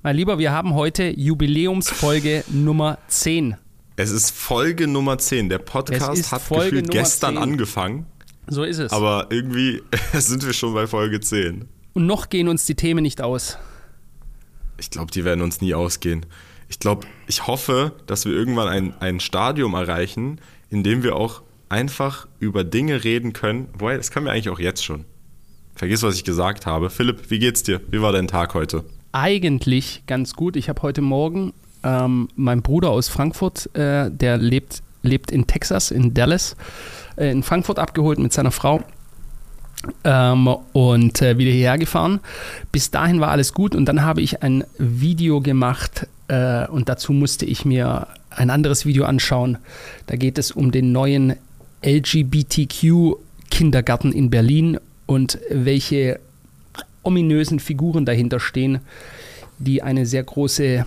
Mein Lieber, wir haben heute Jubiläumsfolge Nummer 10. Es ist Folge Nummer 10. Der Podcast hat Folge gefühlt Nummer gestern 10. angefangen. So ist es. Aber irgendwie sind wir schon bei Folge 10. Und noch gehen uns die Themen nicht aus. Ich glaube, die werden uns nie ausgehen. Ich hoffe, dass wir irgendwann ein Stadium erreichen, in dem wir auch einfach über Dinge reden können. Wobei, das können wir eigentlich auch jetzt schon. Vergiss, was ich gesagt habe. Philipp, wie geht's dir? Wie war dein Tag heute? Eigentlich ganz gut. Ich habe heute Morgen meinen Bruder aus Frankfurt, der lebt in Texas, in Dallas, in Frankfurt abgeholt mit seiner Frau und wieder hierher gefahren. Bis dahin war alles gut und dann habe ich ein Video gemacht und dazu musste ich mir ein anderes Video anschauen. Da geht es um den neuen LGBTQ-Kindergarten in Berlin und welche ominösen Figuren dahinter stehen, die eine sehr große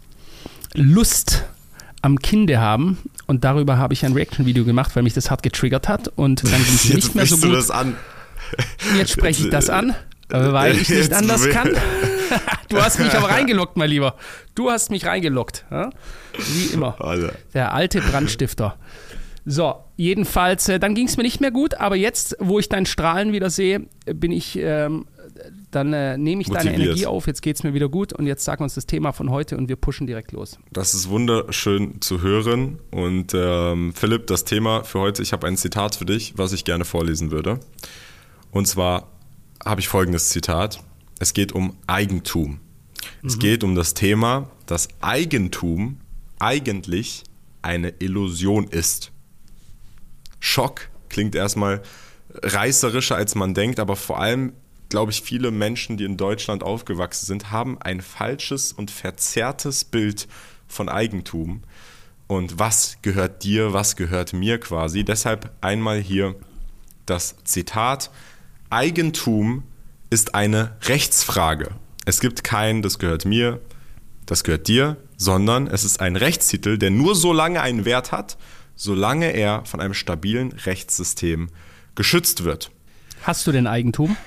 Lust am Kinde haben. Und darüber habe ich ein Reaction-Video gemacht, weil mich das hart getriggert hat. Und dann ging es nicht mehr so gut. Das an. Jetzt spreche ich das an, weil ich nicht anders kann. Du hast mich aber reingeloggt, mein Lieber. Du hast mich reingeloggt. Ja? Wie immer. Der alte Brandstifter. So, jedenfalls, dann ging es mir nicht mehr gut, aber jetzt, wo ich dein Strahlen wieder sehe, bin ich, dann nehme ich deine Energie auf, jetzt geht es mir wieder gut und jetzt sag uns das Thema von heute und wir pushen direkt los. Das ist wunderschön zu hören und Philipp, das Thema für heute, ich habe ein Zitat für dich, was ich gerne vorlesen würde. Und zwar habe ich folgendes Zitat, es geht um Eigentum. Es geht um das Thema, dass Eigentum eigentlich eine Illusion ist. Schock, klingt erstmal reißerischer, als man denkt, aber vor allem, glaube ich, viele Menschen, die in Deutschland aufgewachsen sind, haben ein falsches und verzerrtes Bild von Eigentum. Und was gehört dir, was gehört mir quasi? Deshalb einmal hier das Zitat: Eigentum ist eine Rechtsfrage. Es gibt kein, das gehört mir, das gehört dir, sondern es ist ein Rechtstitel, der nur so lange einen Wert hat, solange er von einem stabilen Rechtssystem geschützt wird. Hast du denn Eigentum?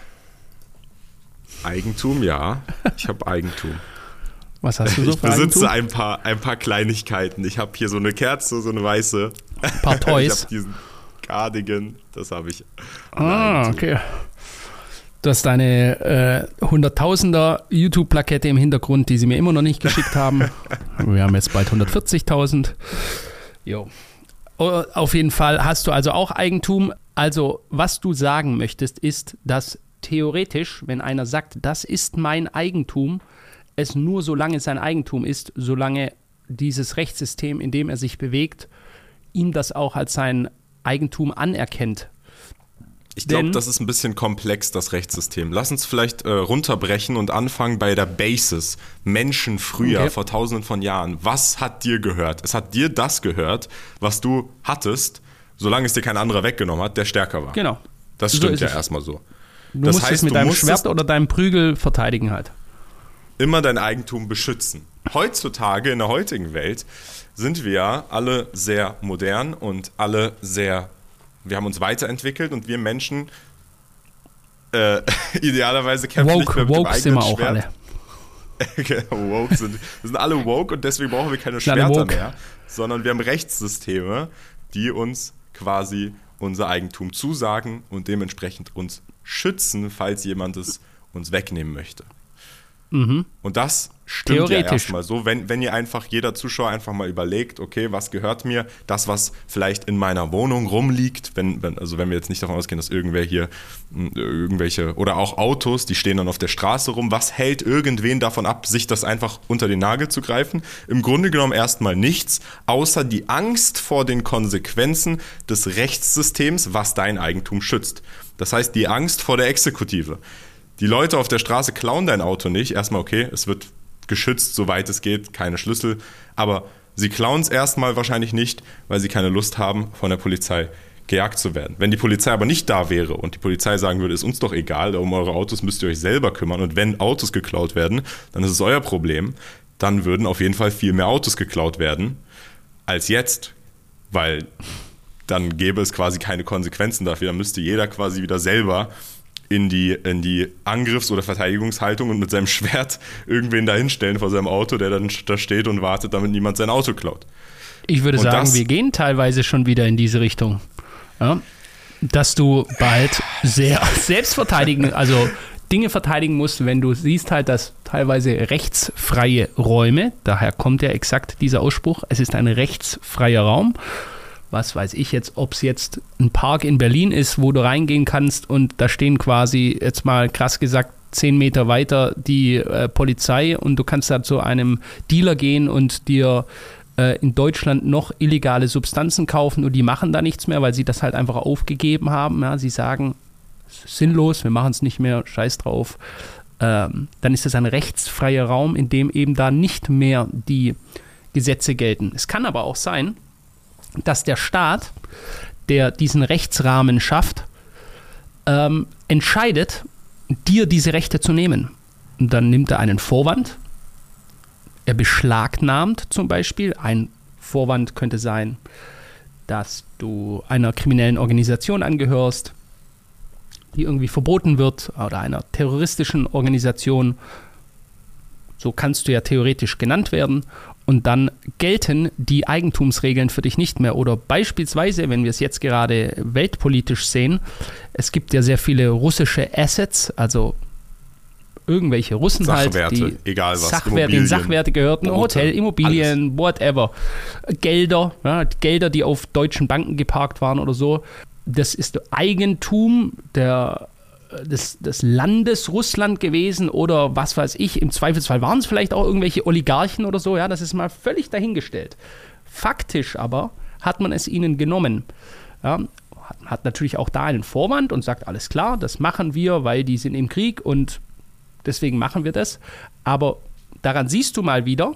Eigentum, ja. Ich habe Eigentum. Was hast du so für Eigentum? Ich besitze ein paar Kleinigkeiten. Ich habe hier so eine Kerze, so eine weiße. Ein paar Toys. Ich habe diesen Cardigan, das habe ich. Okay. Du hast deine Hunderttausender YouTube-Plakette im Hintergrund, die sie mir immer noch nicht geschickt haben. Wir haben jetzt bald 140.000. Jo. Auf jeden Fall hast du also auch Eigentum. Also was du sagen möchtest, ist, dass theoretisch, wenn einer sagt, das ist mein Eigentum, es nur solange sein Eigentum ist, solange dieses Rechtssystem, in dem er sich bewegt, ihm das auch als sein Eigentum anerkennt. Ich glaube, das ist ein bisschen komplex, das Rechtssystem. Lass uns vielleicht runterbrechen und anfangen bei der Basis. Menschen früher, vor tausenden von Jahren. Was hat dir gehört? Es hat dir das gehört, was du hattest, solange es dir kein anderer weggenommen hat, der stärker war. Genau. Das stimmt ja erstmal so. Du musst es mit deinem Schwert oder deinem Prügel verteidigen halt. Immer dein Eigentum beschützen. Heutzutage, in der heutigen Welt, sind wir ja alle sehr modern und alle sehr... Wir haben uns weiterentwickelt und wir Menschen idealerweise kämpfen nicht mehr mit dem eigenen Schwert. Woke wir sind alle woke und deswegen brauchen wir keine Schwerter mehr, sondern wir haben Rechtssysteme, die uns quasi unser Eigentum zusagen und dementsprechend uns schützen, falls jemand es uns wegnehmen möchte. Und das stimmt ja erstmal so, wenn ihr einfach, jeder Zuschauer einfach mal überlegt, okay, was gehört mir? Das, was vielleicht in meiner Wohnung rumliegt, wenn wir jetzt nicht davon ausgehen, dass irgendwelche oder auch Autos, die stehen dann auf der Straße rum, was hält irgendwen davon ab, sich das einfach unter den Nagel zu greifen? Im Grunde genommen erstmal nichts, außer die Angst vor den Konsequenzen des Rechtssystems, was dein Eigentum schützt. Das heißt, die Angst vor der Exekutive. Die Leute auf der Straße klauen dein Auto nicht. Erstmal, okay, es wird geschützt, soweit es geht, keine Schlüssel. Aber sie klauen es erstmal wahrscheinlich nicht, weil sie keine Lust haben, von der Polizei gejagt zu werden. Wenn die Polizei aber nicht da wäre und die Polizei sagen würde, ist uns doch egal, um eure Autos müsst ihr euch selber kümmern. Und wenn Autos geklaut werden, dann ist es euer Problem. Dann würden auf jeden Fall viel mehr Autos geklaut werden als jetzt. Weil dann gäbe es quasi keine Konsequenzen dafür. Dann müsste jeder quasi wieder selber in die Angriffs- oder Verteidigungshaltung und mit seinem Schwert irgendwen da hinstellen vor seinem Auto, der dann da steht und wartet, damit niemand sein Auto klaut. Ich würde sagen, wir gehen teilweise schon wieder in diese Richtung. Ja? Dass du bald sehr selbstverteidigen, also Dinge verteidigen musst, wenn du siehst halt, dass teilweise rechtsfreie Räume, daher kommt ja exakt dieser Ausspruch, es ist ein rechtsfreier Raum. Was weiß ich jetzt, ob es jetzt ein Park in Berlin ist, wo du reingehen kannst und da stehen quasi, jetzt mal krass gesagt, 10 Meter weiter die Polizei und du kannst da zu einem Dealer gehen und dir in Deutschland noch illegale Substanzen kaufen und die machen da nichts mehr, weil sie das halt einfach aufgegeben haben. Ja, sie sagen, es ist sinnlos, wir machen es nicht mehr, scheiß drauf. Dann ist das ein rechtsfreier Raum, in dem eben da nicht mehr die Gesetze gelten. Es kann aber auch sein, dass der Staat, der diesen Rechtsrahmen schafft, entscheidet, dir diese Rechte zu nehmen. Und dann nimmt er einen Vorwand. Er beschlagnahmt zum Beispiel. Ein Vorwand könnte sein, dass du einer kriminellen Organisation angehörst, die irgendwie verboten wird, oder einer terroristischen Organisation. So kannst du ja theoretisch genannt werden. Und dann gelten die Eigentumsregeln für dich nicht mehr. Oder beispielsweise, wenn wir es jetzt gerade weltpolitisch sehen, es gibt ja sehr viele russische Assets, also irgendwelche Russen Sachwerte, halt, die egal was, Sachwerte gehörten, Hotel, Immobilien, alles. Whatever. Gelder, ja, Gelder, die auf deutschen Banken geparkt waren oder so. Das ist Eigentum des Landes Russland gewesen oder was weiß ich, im Zweifelsfall waren es vielleicht auch irgendwelche Oligarchen oder so, ja, das ist mal völlig dahingestellt. Faktisch aber hat man es ihnen genommen. Ja, hat natürlich auch da einen Vorwand und sagt, alles klar, das machen wir, weil die sind im Krieg und deswegen machen wir das. Aber daran siehst du mal wieder,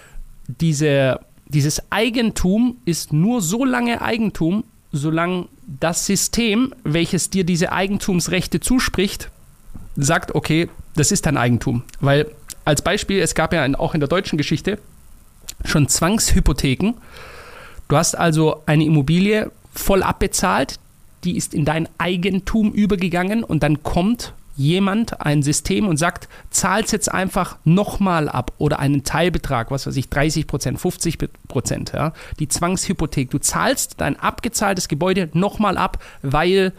dieses Eigentum ist nur so lange Eigentum, solange das System, welches dir diese Eigentumsrechte zuspricht, sagt, okay, das ist dein Eigentum. Weil als Beispiel, es gab ja auch in der deutschen Geschichte schon Zwangshypotheken. Du hast also eine Immobilie voll abbezahlt, die ist in dein Eigentum übergegangen und dann kommt jemand, ein System und sagt, zahl's jetzt einfach nochmal ab oder einen Teilbetrag, was weiß ich, 30%, 50%, ja, die Zwangshypothek. Du zahlst dein abgezahltes Gebäude nochmal ab, weil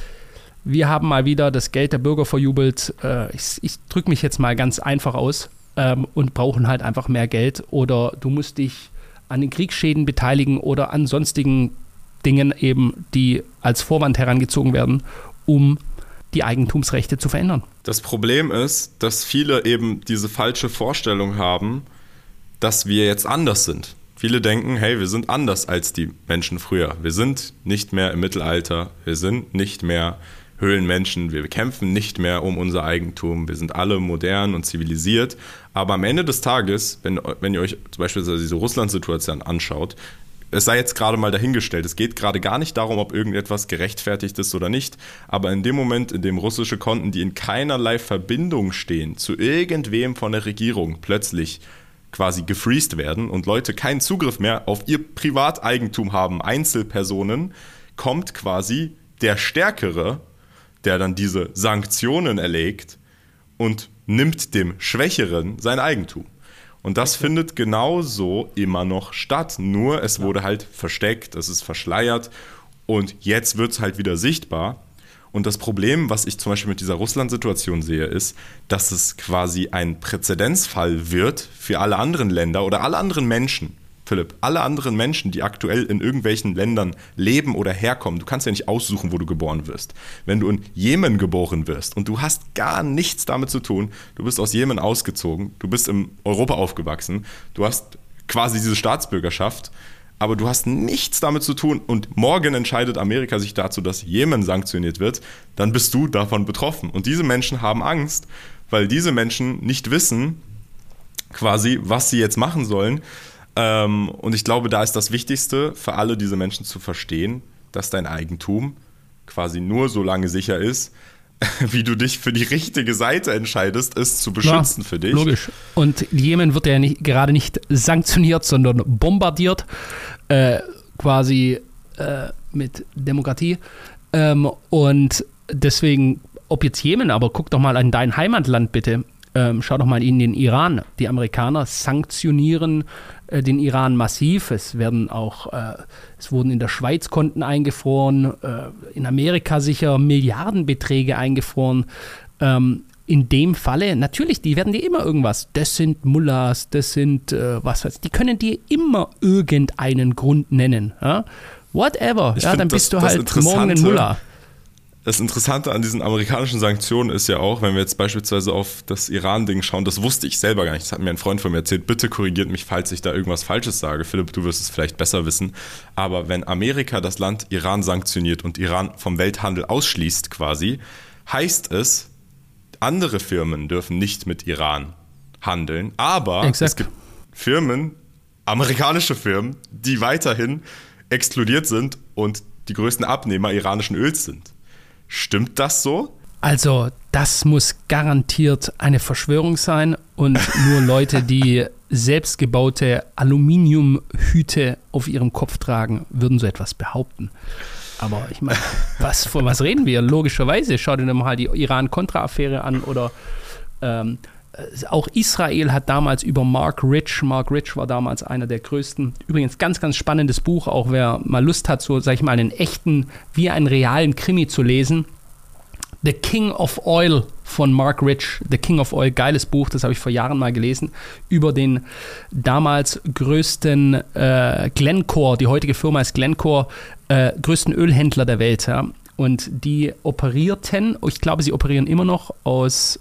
wir haben mal wieder das Geld der Bürger verjubelt. Ich drücke mich jetzt mal ganz einfach aus und brauchen halt einfach mehr Geld oder du musst dich an den Kriegsschäden beteiligen oder an sonstigen Dingen eben, die als Vorwand herangezogen werden, um die Eigentumsrechte zu verändern. Das Problem ist, dass viele eben diese falsche Vorstellung haben, dass wir jetzt anders sind. Viele denken, hey, wir sind anders als die Menschen früher. Wir sind nicht mehr im Mittelalter, wir sind nicht mehr Höhlenmenschen, wir kämpfen nicht mehr um unser Eigentum, wir sind alle modern und zivilisiert. Aber am Ende des Tages, wenn ihr euch zum Beispiel diese Russland-Situation anschaut, es sei jetzt gerade mal dahingestellt, es geht gerade gar nicht darum, ob irgendetwas gerechtfertigt ist oder nicht, aber in dem Moment, in dem russische Konten, die in keinerlei Verbindung stehen zu irgendwem von der Regierung, plötzlich quasi gefreezed werden und Leute keinen Zugriff mehr auf ihr Privateigentum haben, Einzelpersonen, kommt quasi der Stärkere, der dann diese Sanktionen erlegt und nimmt dem Schwächeren sein Eigentum. Und das findet genauso immer noch statt, nur es wurde halt versteckt, es ist verschleiert und jetzt wird es halt wieder sichtbar. Und das Problem, was ich zum Beispiel mit dieser Russland-Situation sehe, ist, dass es quasi ein Präzedenzfall wird für alle anderen Länder oder alle anderen Menschen. Philipp, alle anderen Menschen, die aktuell in irgendwelchen Ländern leben oder herkommen, du kannst ja nicht aussuchen, wo du geboren wirst. Wenn du in Jemen geboren wirst und du hast gar nichts damit zu tun, du bist aus Jemen ausgezogen, du bist in Europa aufgewachsen, du hast quasi diese Staatsbürgerschaft, aber du hast nichts damit zu tun und morgen entscheidet Amerika sich dazu, dass Jemen sanktioniert wird, dann bist du davon betroffen. Und diese Menschen haben Angst, weil diese Menschen nicht wissen, quasi, was sie jetzt machen sollen. Und ich glaube, da ist das Wichtigste für alle diese Menschen zu verstehen, dass dein Eigentum quasi nur so lange sicher ist, wie du dich für die richtige Seite entscheidest, es zu beschützen für dich. Logisch. Und Jemen wird ja gerade nicht sanktioniert, sondern bombardiert, quasi mit Demokratie. Und deswegen ob jetzt Jemen, aber guck doch mal an dein Heimatland bitte. Schau doch mal in den Iran. Die Amerikaner sanktionieren den Iran massiv. Es wurden in der Schweiz Konten eingefroren, in Amerika sicher Milliardenbeträge eingefroren. In dem Falle, natürlich, die werden dir immer irgendwas. Das sind Mullahs, das sind die können dir immer irgendeinen Grund nennen. Ja? Whatever. Ja, dann bist du halt morgen ein Mullah. Das Interessante an diesen amerikanischen Sanktionen ist ja auch, wenn wir jetzt beispielsweise auf das Iran-Ding schauen, das wusste ich selber gar nicht, das hat mir ein Freund von mir erzählt, bitte korrigiert mich, falls ich da irgendwas Falsches sage. Philipp, du wirst es vielleicht besser wissen, aber wenn Amerika das Land Iran sanktioniert und Iran vom Welthandel ausschließt quasi, heißt es, andere Firmen dürfen nicht mit Iran handeln, aber es gibt Firmen, amerikanische Firmen, die weiterhin exkludiert sind und die größten Abnehmer iranischen Öls sind. Stimmt das so? Also, das muss garantiert eine Verschwörung sein und nur Leute, die selbstgebaute Aluminiumhüte auf ihrem Kopf tragen, würden so etwas behaupten. Aber ich meine, von was reden wir? Logischerweise, schau dir mal die Iran-Contra-Affäre an oder auch Israel hat damals über Mark Rich war damals einer der größten, übrigens ganz, ganz spannendes Buch, auch wer mal Lust hat, so sag ich mal, einen echten, wie einen realen Krimi zu lesen. The King of Oil von Mark Rich, The King of Oil, geiles Buch, das habe ich vor Jahren mal gelesen, über den damals größten Glencore, die heutige Firma ist Glencore, größten Ölhändler der Welt, ja. Und die operierten, ich glaube, sie operieren immer noch aus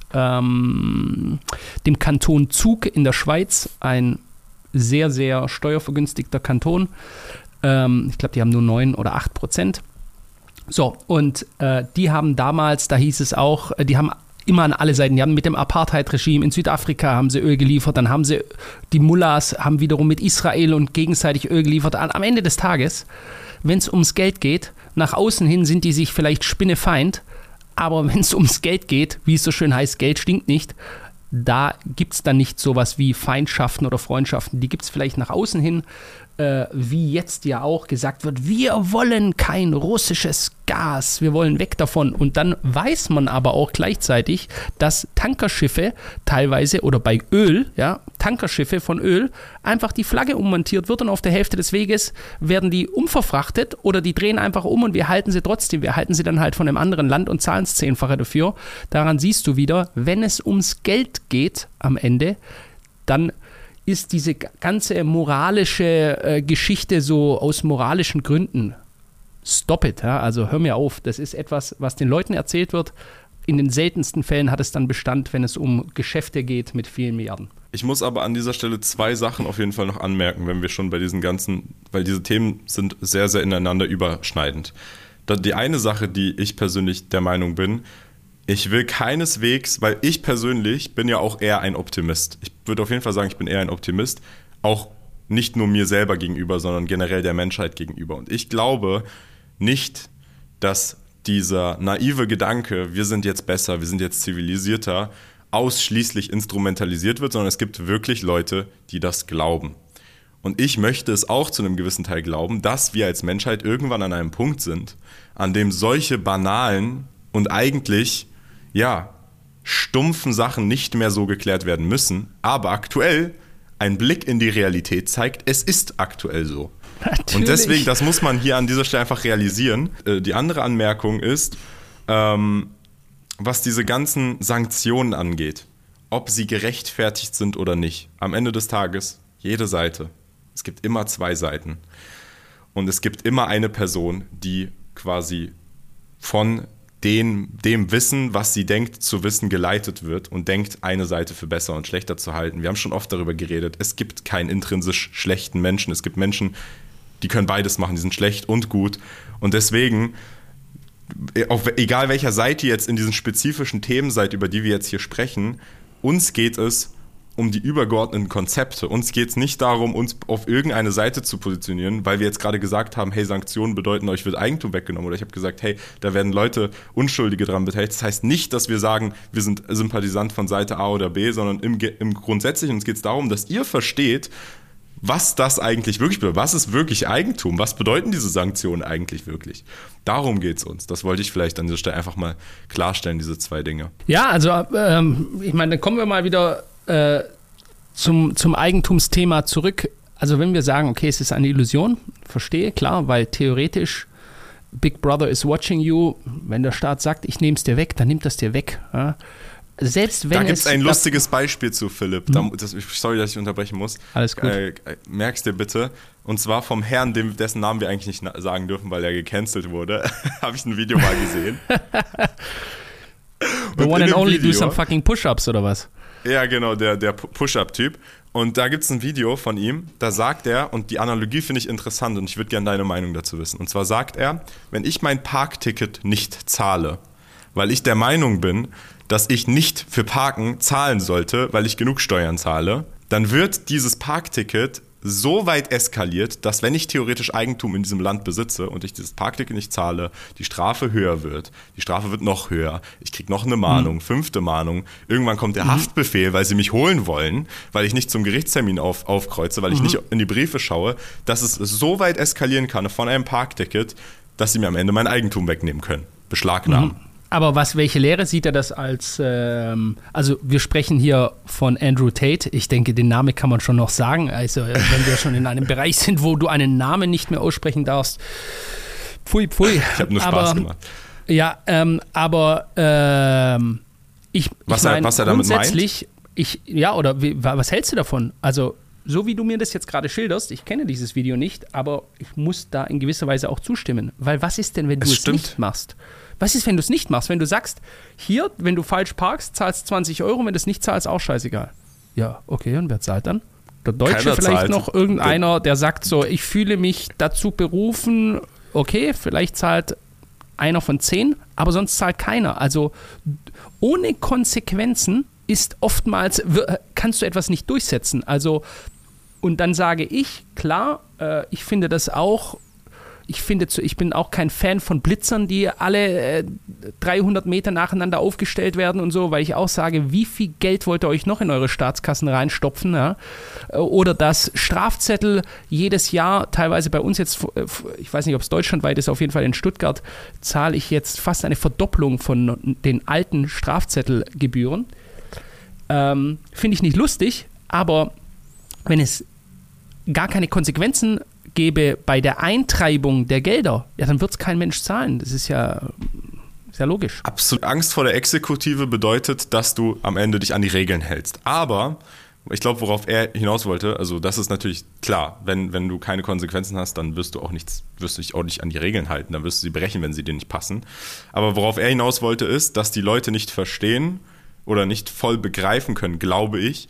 dem Kanton Zug in der Schweiz, ein sehr, sehr steuervergünstigter Kanton. Ich glaube, die haben nur 9 oder 8%. So, und die haben damals, da hieß es auch, die haben immer an alle Seiten, die haben mit dem Apartheid-Regime in Südafrika haben sie Öl geliefert, dann haben sie, die Mullahs haben wiederum mit Israel und gegenseitig Öl geliefert. Am Ende des Tages, wenn es ums Geld geht, nach außen hin sind die sich vielleicht spinnefeind, aber wenn es ums Geld geht, wie es so schön heißt, Geld stinkt nicht, da gibt es dann nicht sowas wie Feindschaften oder Freundschaften. Die gibt es vielleicht nach außen hin, wie jetzt ja auch gesagt wird, wir wollen kein russisches Gas, wir wollen weg davon. Und dann weiß man aber auch gleichzeitig, dass Tankerschiffe teilweise oder bei Öl, ja, Tankerschiffe von Öl, einfach die Flagge ummontiert wird und auf der Hälfte des Weges werden die umverfrachtet oder die drehen einfach um und wir halten sie trotzdem. Wir halten sie dann halt von einem anderen Land und zahlen das 10-fache dafür. Daran siehst du wieder, wenn es ums Geld geht am Ende, dann ist diese ganze moralische Geschichte so aus moralischen Gründen. Stop it, ja? Also hör mir auf. Das ist etwas, was den Leuten erzählt wird. In den seltensten Fällen hat es dann Bestand, wenn es um Geschäfte geht mit vielen Milliarden. Ich muss aber an dieser Stelle 2 Sachen auf jeden Fall noch anmerken, wenn wir schon bei diesen ganzen, weil diese Themen sind sehr, sehr ineinander überschneidend. Die eine Sache, die ich persönlich der Meinung bin, ich will keineswegs, weil ich persönlich bin ja auch eher ein Optimist. Ich würde auf jeden Fall sagen, ich bin eher ein Optimist. Auch nicht nur mir selber gegenüber, sondern generell der Menschheit gegenüber. Und ich glaube nicht, dass dieser naive Gedanke, wir sind jetzt besser, wir sind jetzt zivilisierter, ausschließlich instrumentalisiert wird, sondern es gibt wirklich Leute, die das glauben. Und ich möchte es auch zu einem gewissen Teil glauben, dass wir als Menschheit irgendwann an einem Punkt sind, an dem solche banalen und eigentlich stumpfen Sachen nicht mehr so geklärt werden müssen, aber aktuell ein Blick in die Realität zeigt, es ist aktuell so. Natürlich. Und deswegen, das muss man hier an dieser Stelle einfach realisieren. Die andere Anmerkung ist, was diese ganzen Sanktionen angeht, ob sie gerechtfertigt sind oder nicht. Am Ende des Tages, jede Seite, es gibt immer 2 Seiten. Und es gibt immer eine Person, die quasi von dem Wissen, was sie denkt zu wissen, geleitet wird und denkt, eine Seite für besser und schlechter zu halten. Wir haben schon oft darüber geredet, es gibt keinen intrinsisch schlechten Menschen. Es gibt Menschen, die können beides machen, die sind schlecht und gut. Und deswegen, egal welcher Seite ihr jetzt in diesen spezifischen Themen seid, über die wir jetzt hier sprechen, uns geht es um die übergeordneten Konzepte. Uns geht es nicht darum, uns auf irgendeine Seite zu positionieren, weil wir jetzt gerade gesagt haben, hey, Sanktionen bedeuten, euch wird Eigentum weggenommen. Oder ich habe gesagt, hey, da werden Leute, Unschuldige dran beteiligt. Das heißt nicht, dass wir sagen, wir sind Sympathisant von Seite A oder B, sondern im Grundsätzlichen, uns geht es darum, dass ihr versteht, was das eigentlich wirklich bedeutet. Was ist wirklich Eigentum? Was bedeuten diese Sanktionen eigentlich wirklich? Darum geht es uns. Das wollte ich vielleicht an dieser Stelle einfach mal klarstellen, diese zwei Dinge. Ja, also ich meine, dann kommen wir mal wieder zum Eigentumsthema zurück. Also wenn wir sagen, okay, es ist eine Illusion, verstehe, klar, weil theoretisch Big Brother is watching you. Wenn der Staat sagt, ich nehme es dir weg, dann nimmt das dir weg. Ja? Selbst wenn da gibt es ein lustiges Beispiel zu, Philipp. Sorry, dass ich unterbrechen muss. Alles gut. Merkst dir bitte. Und zwar vom Herrn, dessen Namen wir eigentlich nicht sagen dürfen, weil er gecancelt wurde. Habe ich ein Video mal gesehen. The one and only do some fucking Push-Ups oder was? Ja, genau, der Push-Up-Typ. Und da gibt es ein Video von ihm, da sagt er, und die Analogie finde ich interessant und ich würde gerne deine Meinung dazu wissen. Und zwar sagt er, wenn ich mein Parkticket nicht zahle, weil ich der Meinung bin, dass ich nicht für Parken zahlen sollte, weil ich genug Steuern zahle, dann wird dieses Parkticket so weit eskaliert, dass wenn ich theoretisch Eigentum in diesem Land besitze und ich dieses Parkticket nicht zahle, die Strafe höher wird. Die Strafe wird noch höher. Ich kriege noch eine Mahnung, 5. Mahnung. Irgendwann kommt der Haftbefehl, weil sie mich holen wollen, weil ich nicht zum Gerichtstermin aufkreuze, weil ich nicht in die Briefe schaue, dass es so weit eskalieren kann von einem Parkticket, dass sie mir am Ende mein Eigentum wegnehmen können. Beschlagnahmen. Aber welche Lehre sieht er das als, also wir sprechen hier von Andrew Tate, ich denke, den Namen kann man schon noch sagen, also wenn wir schon in einem Bereich sind, wo du einen Namen nicht mehr aussprechen darfst, pfui, pfui. Ich habe nur Spaß gemacht. Ja, was er damit meint? Was hältst du davon? Also, so wie du mir das jetzt gerade schilderst, ich kenne dieses Video nicht, aber ich muss da in gewisser Weise auch zustimmen, weil was ist denn, wenn du es nicht machst? Was ist, wenn du es nicht machst? Wenn du sagst, hier, wenn du falsch parkst, zahlst 20 €, wenn du es nicht zahlst, auch scheißegal. Ja, okay, und wer zahlt dann? Der Deutsche keiner vielleicht zahlt. Noch irgendeiner, der sagt so, ich fühle mich dazu berufen, okay, vielleicht zahlt einer von 10, aber sonst zahlt keiner. Also ohne Konsequenzen ist oftmals, kannst du etwas nicht durchsetzen. Also, und dann sage ich, klar, ich finde das auch, ich bin auch kein Fan von Blitzern, die alle 300 Meter nacheinander aufgestellt werden und so, weil ich auch sage, wie viel Geld wollt ihr euch noch in eure Staatskassen reinstopfen? Ja? Oder dass Strafzettel jedes Jahr, teilweise bei uns jetzt, ich weiß nicht, ob es deutschlandweit ist, auf jeden Fall in Stuttgart, zahle ich jetzt fast eine Verdopplung von den alten Strafzettelgebühren. Finde ich nicht lustig, aber wenn es gar keine Konsequenzen gäbe bei der Eintreibung der Gelder, ja, dann wird es kein Mensch zahlen. Das ist ja logisch. Absolut. Angst vor der Exekutive bedeutet, dass du am Ende dich an die Regeln hältst. Aber ich glaube, worauf er hinaus wollte, also das ist natürlich klar, wenn du keine Konsequenzen hast, dann wirst du dich auch nicht an die Regeln halten, dann wirst du sie brechen, wenn sie dir nicht passen. Aber worauf er hinaus wollte, ist, dass die Leute nicht verstehen oder nicht voll begreifen können, glaube ich,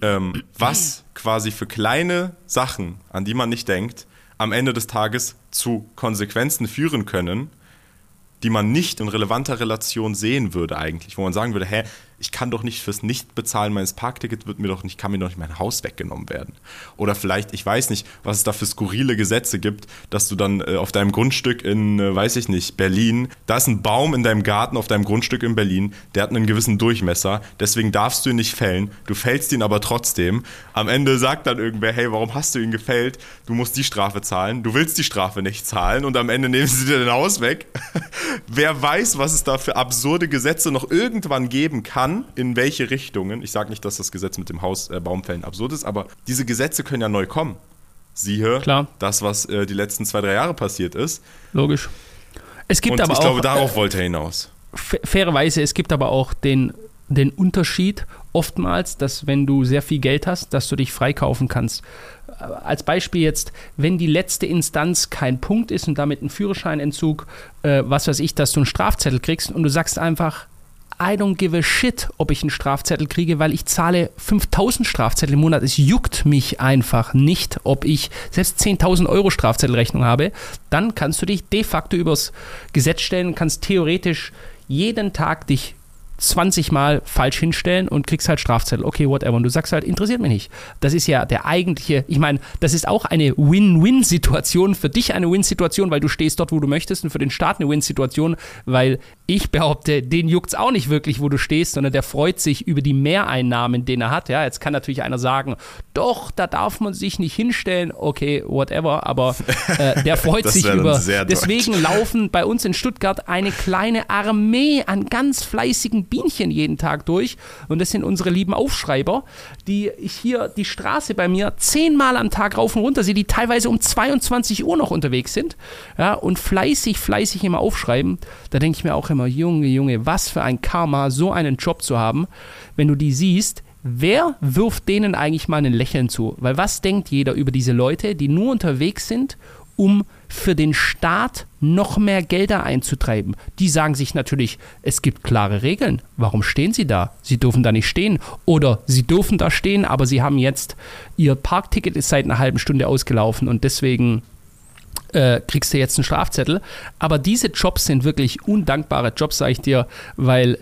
was quasi für kleine Sachen, an die man nicht denkt, am Ende des Tages zu Konsequenzen führen können, die man nicht in relevanter Relation sehen würde eigentlich, wo man sagen würde, ich kann doch nicht fürs Nichtbezahlen meines Parktickets, kann mir doch nicht mein Haus weggenommen werden. Oder vielleicht, ich weiß nicht, was es da für skurrile Gesetze gibt, dass du dann auf deinem Grundstück in, weiß ich nicht, Berlin, da ist ein Baum in deinem Garten auf deinem Grundstück in Berlin, der hat einen gewissen Durchmesser, deswegen darfst du ihn nicht fällen, du fällst ihn aber trotzdem. Am Ende sagt dann irgendwer, warum hast du ihn gefällt? Du musst die Strafe zahlen, du willst die Strafe nicht zahlen und am Ende nehmen sie dir dein Haus weg. Wer weiß, was es da für absurde Gesetze noch irgendwann geben kann, in welche Richtungen. Ich sage nicht, dass das Gesetz mit dem Baumfällen absurd ist, aber diese Gesetze können ja neu kommen. Siehe, das, was die letzten 2-3 Jahre passiert ist. Logisch. Es gibt aber ich glaube, darauf wollte er hinaus. Fairerweise, es gibt aber auch den Unterschied oftmals, dass wenn du sehr viel Geld hast, dass du dich freikaufen kannst. Als Beispiel jetzt, wenn die letzte Instanz kein Punkt ist und damit ein Führerscheinentzug, was weiß ich, dass du einen Strafzettel kriegst und du sagst einfach, I don't give a shit, ob ich einen Strafzettel kriege, weil ich zahle 5.000 Strafzettel im Monat. Es juckt mich einfach nicht, ob ich selbst 10.000 € Strafzettelrechnung habe. Dann kannst du dich de facto übers Gesetz stellen, kannst theoretisch jeden Tag dich 20 Mal falsch hinstellen und kriegst halt Strafzettel. Okay, whatever. Und du sagst halt, interessiert mich nicht. Das ist ja der eigentliche, ich meine, das ist auch eine Win-Win-Situation. Für dich eine Win-Situation, weil du stehst dort, wo du möchtest, und für den Staat eine Win-Situation, weil ich behaupte, den juckt's auch nicht wirklich, wo du stehst, sondern der freut sich über die Mehreinnahmen, den er hat. Ja, jetzt kann natürlich einer sagen, doch, da darf man sich nicht hinstellen. Okay, whatever, aber der freut sich über. Deswegen laufen bei uns in Stuttgart eine kleine Armee an ganz fleißigen Bienchen jeden Tag durch, und das sind unsere lieben Aufschreiber, die ich hier die Straße bei mir 10-mal am Tag rauf und runter sehe, die teilweise um 22 Uhr noch unterwegs sind, ja, und fleißig immer aufschreiben. Da denke ich mir auch immer, Junge, was für ein Karma, so einen Job zu haben. Wenn du die siehst, wer wirft denen eigentlich mal ein Lächeln zu? Weil was denkt jeder über diese Leute, die nur unterwegs sind, um für den Staat noch mehr Gelder einzutreiben? Die sagen sich natürlich, es gibt klare Regeln. Warum stehen sie da? Sie dürfen da nicht stehen. Oder sie dürfen da stehen, aber sie haben jetzt, ihr Parkticket ist seit einer halben Stunde ausgelaufen und deswegen kriegst du jetzt einen Strafzettel. Aber diese Jobs sind wirklich undankbare Jobs, sage ich dir, weil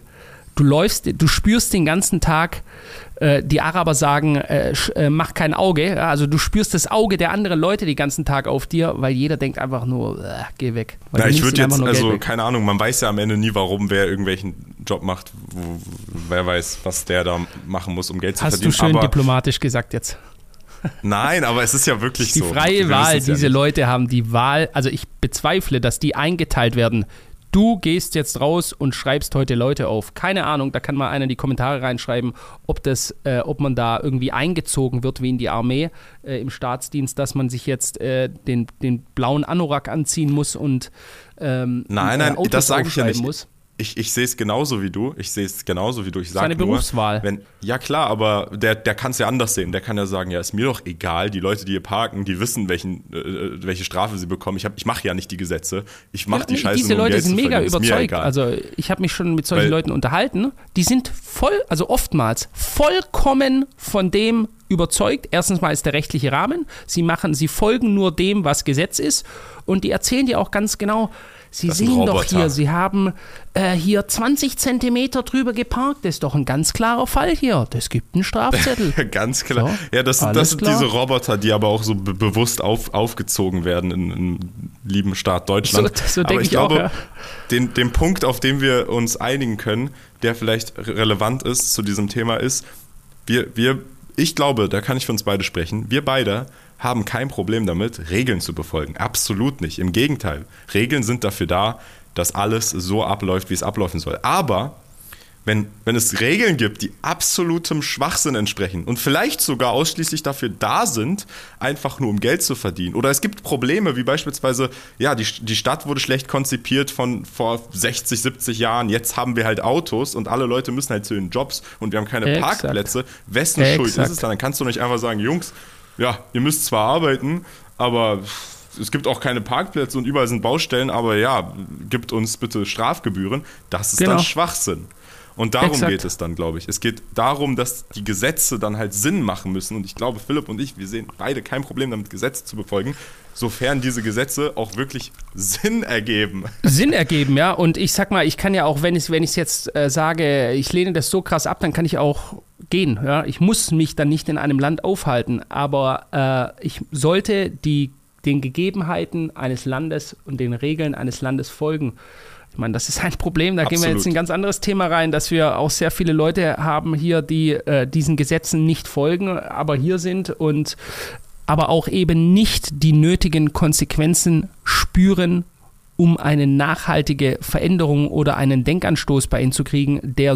du spürst den ganzen Tag, die Araber sagen, mach kein Auge. Also du spürst das Auge der anderen Leute den ganzen Tag auf dir, weil jeder denkt einfach nur, geh weg. Na, ich würde jetzt, also keine Ahnung, man weiß ja am Ende nie, warum wer irgendwelchen Job macht, wer weiß, was der da machen muss, um Geld zu verdienen. Hast du schön diplomatisch gesagt jetzt. Nein, aber es ist ja wirklich so. Die freie Wahl, diese Leute haben die Wahl, also ich bezweifle, dass die eingeteilt werden. Du gehst jetzt raus und schreibst heute Leute auf. Keine Ahnung, da kann mal einer in die Kommentare reinschreiben, ob man da irgendwie eingezogen wird wie in die Armee im Staatsdienst, dass man sich jetzt den blauen Anorak anziehen muss und nein, das sage ich ja nicht. Muss. Ich sehe es genauso wie du. Ich sage seine Berufswahl. Ja klar, aber der kann es ja anders sehen. Der kann ja sagen, ja, ist mir doch egal. Die Leute, die hier parken, die wissen, welche Strafe sie bekommen. Ich mache ja nicht die Gesetze. Ich mache die Scheiße, diese um Leute Geld sind zu mega verdienen. überzeugt. Also ich habe mich schon mit solchen Leuten unterhalten. Die sind oftmals vollkommen von dem überzeugt. Erstens mal ist der rechtliche Rahmen. Sie folgen nur dem, was Gesetz ist. Und die erzählen dir auch ganz genau, Sie sehen doch hier, Sie haben hier 20 Zentimeter drüber geparkt. Das ist doch ein ganz klarer Fall hier. Das gibt einen Strafzettel. Ganz klar. So, ja, das sind diese Roboter, die aber auch so bewusst aufgezogen werden im lieben Staat Deutschland. So denke ich glaube, auch, ja. Den Punkt, auf den wir uns einigen können, der vielleicht relevant ist zu diesem Thema, ist, ich glaube, da kann ich für uns beide sprechen, wir beide haben kein Problem damit, Regeln zu befolgen. Absolut nicht. Im Gegenteil. Regeln sind dafür da, dass alles so abläuft, wie es ablaufen soll. Aber wenn es Regeln gibt, die absolutem Schwachsinn entsprechen und vielleicht sogar ausschließlich dafür da sind, einfach nur um Geld zu verdienen. Oder es gibt Probleme, wie beispielsweise, ja, die Stadt wurde schlecht konzipiert von vor 60, 70 Jahren. Jetzt haben wir halt Autos und alle Leute müssen halt zu den Jobs und wir haben keine Parkplätze. Wessen Schuld ist es dann? Dann kannst du nicht einfach sagen, Jungs, ja, ihr müsst zwar arbeiten, aber es gibt auch keine Parkplätze und überall sind Baustellen, aber ja, gibt uns bitte Strafgebühren. Das ist dann Schwachsinn. Und darum geht es dann, glaube ich. Es geht darum, dass die Gesetze dann halt Sinn machen müssen. Und ich glaube, Philipp und ich, wir sehen beide kein Problem damit, Gesetze zu befolgen, sofern diese Gesetze auch wirklich Sinn ergeben. Sinn ergeben, ja. Und ich sag mal, ich kann ja auch, wenn ich jetzt sage, ich lehne das so krass ab, dann kann ich auch gehen. Ja? Ich muss mich dann nicht in einem Land aufhalten. Aber ich sollte den Gegebenheiten eines Landes und den Regeln eines Landes folgen. Ich meine, das ist ein Problem, da Absolut. Gehen wir jetzt in ein ganz anderes Thema rein, dass wir auch sehr viele Leute haben hier, die diesen Gesetzen nicht folgen, aber hier sind und aber auch eben nicht die nötigen Konsequenzen spüren, um eine nachhaltige Veränderung oder einen Denkanstoß bei ihnen zu kriegen, der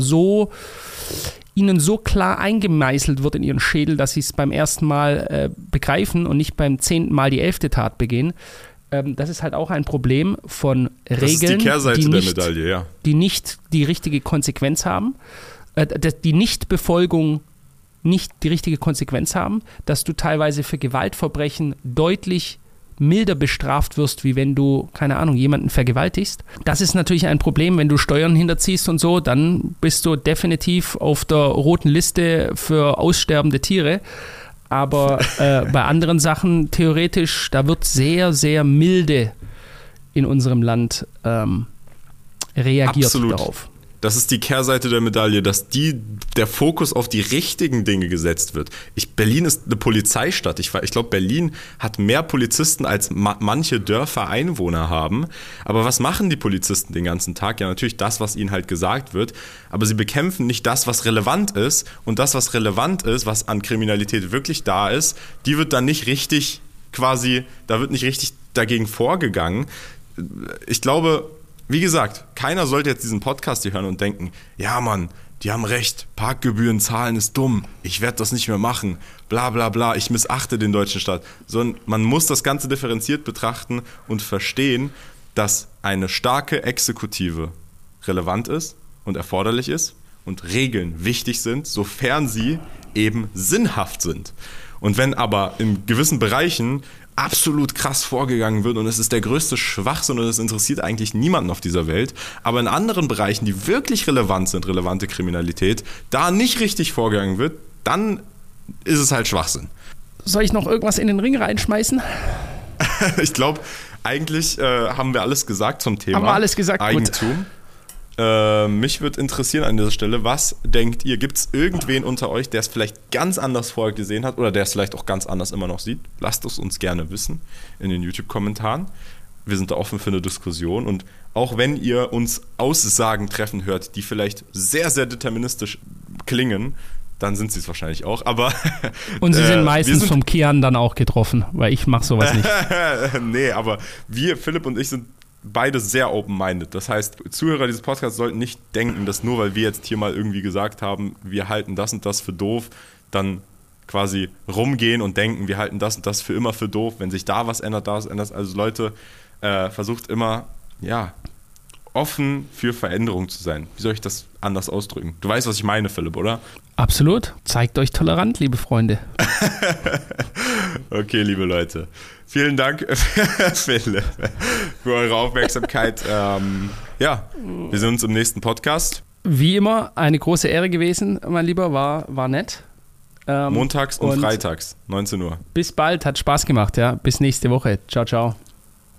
ihnen so klar eingemeißelt wird in ihren Schädel, dass sie es beim ersten Mal begreifen und nicht beim 10. Mal die 11. Tat begehen. Das ist halt auch ein Problem von Regeln, das ist die Kehrseite der Medaille, ja. Die nicht die richtige Konsequenz haben, die Nichtbefolgung nicht die richtige Konsequenz haben, dass du teilweise für Gewaltverbrechen deutlich milder bestraft wirst, wie wenn du, keine Ahnung, jemanden vergewaltigst. Das ist natürlich ein Problem, wenn du Steuern hinterziehst und so, dann bist du definitiv auf der roten Liste für aussterbende Tiere. Aber bei anderen Sachen theoretisch, da wird sehr, sehr milde in unserem Land reagiert Absolut. darauf. Das ist die Kehrseite der Medaille, dass der Fokus auf die richtigen Dinge gesetzt wird. Berlin ist eine Polizeistadt. Ich glaube, Berlin hat mehr Polizisten, als manche Dörfer Einwohner haben. Aber was machen die Polizisten den ganzen Tag? Ja, natürlich das, was ihnen halt gesagt wird. Aber sie bekämpfen nicht das, was relevant ist. Und das, was relevant ist, was an Kriminalität wirklich da ist, die wird dann nicht richtig da wird nicht richtig dagegen vorgegangen. Ich glaube, wie gesagt, keiner sollte jetzt diesen Podcast hier hören und denken, ja Mann, die haben recht, Parkgebühren zahlen ist dumm, ich werde das nicht mehr machen, bla bla bla, ich missachte den deutschen Staat. Sondern man muss das Ganze differenziert betrachten und verstehen, dass eine starke Exekutive relevant ist und erforderlich ist und Regeln wichtig sind, sofern sie eben sinnhaft sind. Und wenn aber in gewissen Bereichen absolut krass vorgegangen wird und es ist der größte Schwachsinn und es interessiert eigentlich niemanden auf dieser Welt, aber in anderen Bereichen, die wirklich relevant sind, relevante Kriminalität, da nicht richtig vorgegangen wird, dann ist es halt Schwachsinn. Soll ich noch irgendwas in den Ring reinschmeißen? Ich glaube, eigentlich haben wir alles gesagt zum Thema haben wir alles gesagt, Eigentum. Gut. Mich würde interessieren an dieser Stelle, was denkt ihr, gibt es irgendwen unter euch, der es vielleicht ganz anders vorher gesehen hat oder der es vielleicht auch ganz anders immer noch sieht? Lasst es uns gerne wissen in den YouTube-Kommentaren. Wir sind da offen für eine Diskussion und auch wenn ihr uns Aussagen treffen hört, die vielleicht sehr, sehr deterministisch klingen, dann sind sie es wahrscheinlich auch, aber... Und sie sind meistens vom Kian dann auch getroffen, weil ich mache sowas nicht. Nee, aber Philipp und ich sind beide sehr open-minded. Das heißt, Zuhörer dieses Podcasts sollten nicht denken, dass nur weil wir jetzt hier mal irgendwie gesagt haben, wir halten das und das für doof, dann quasi rumgehen und denken, wir halten das und das für immer für doof. Wenn sich da was ändert, da was ändert. Also Leute, versucht immer, offen für Veränderung zu sein. Wie soll ich das anders ausdrücken? Du weißt, was ich meine, Philipp, oder? Absolut. Zeigt euch tolerant, liebe Freunde. Okay, liebe Leute. Vielen Dank, Philipp, für eure Aufmerksamkeit. Wir sehen uns im nächsten Podcast. Wie immer, eine große Ehre gewesen, mein Lieber. War nett. Montags und freitags, 19 Uhr. Bis bald, hat Spaß gemacht. Ja. Bis nächste Woche. Ciao, ciao.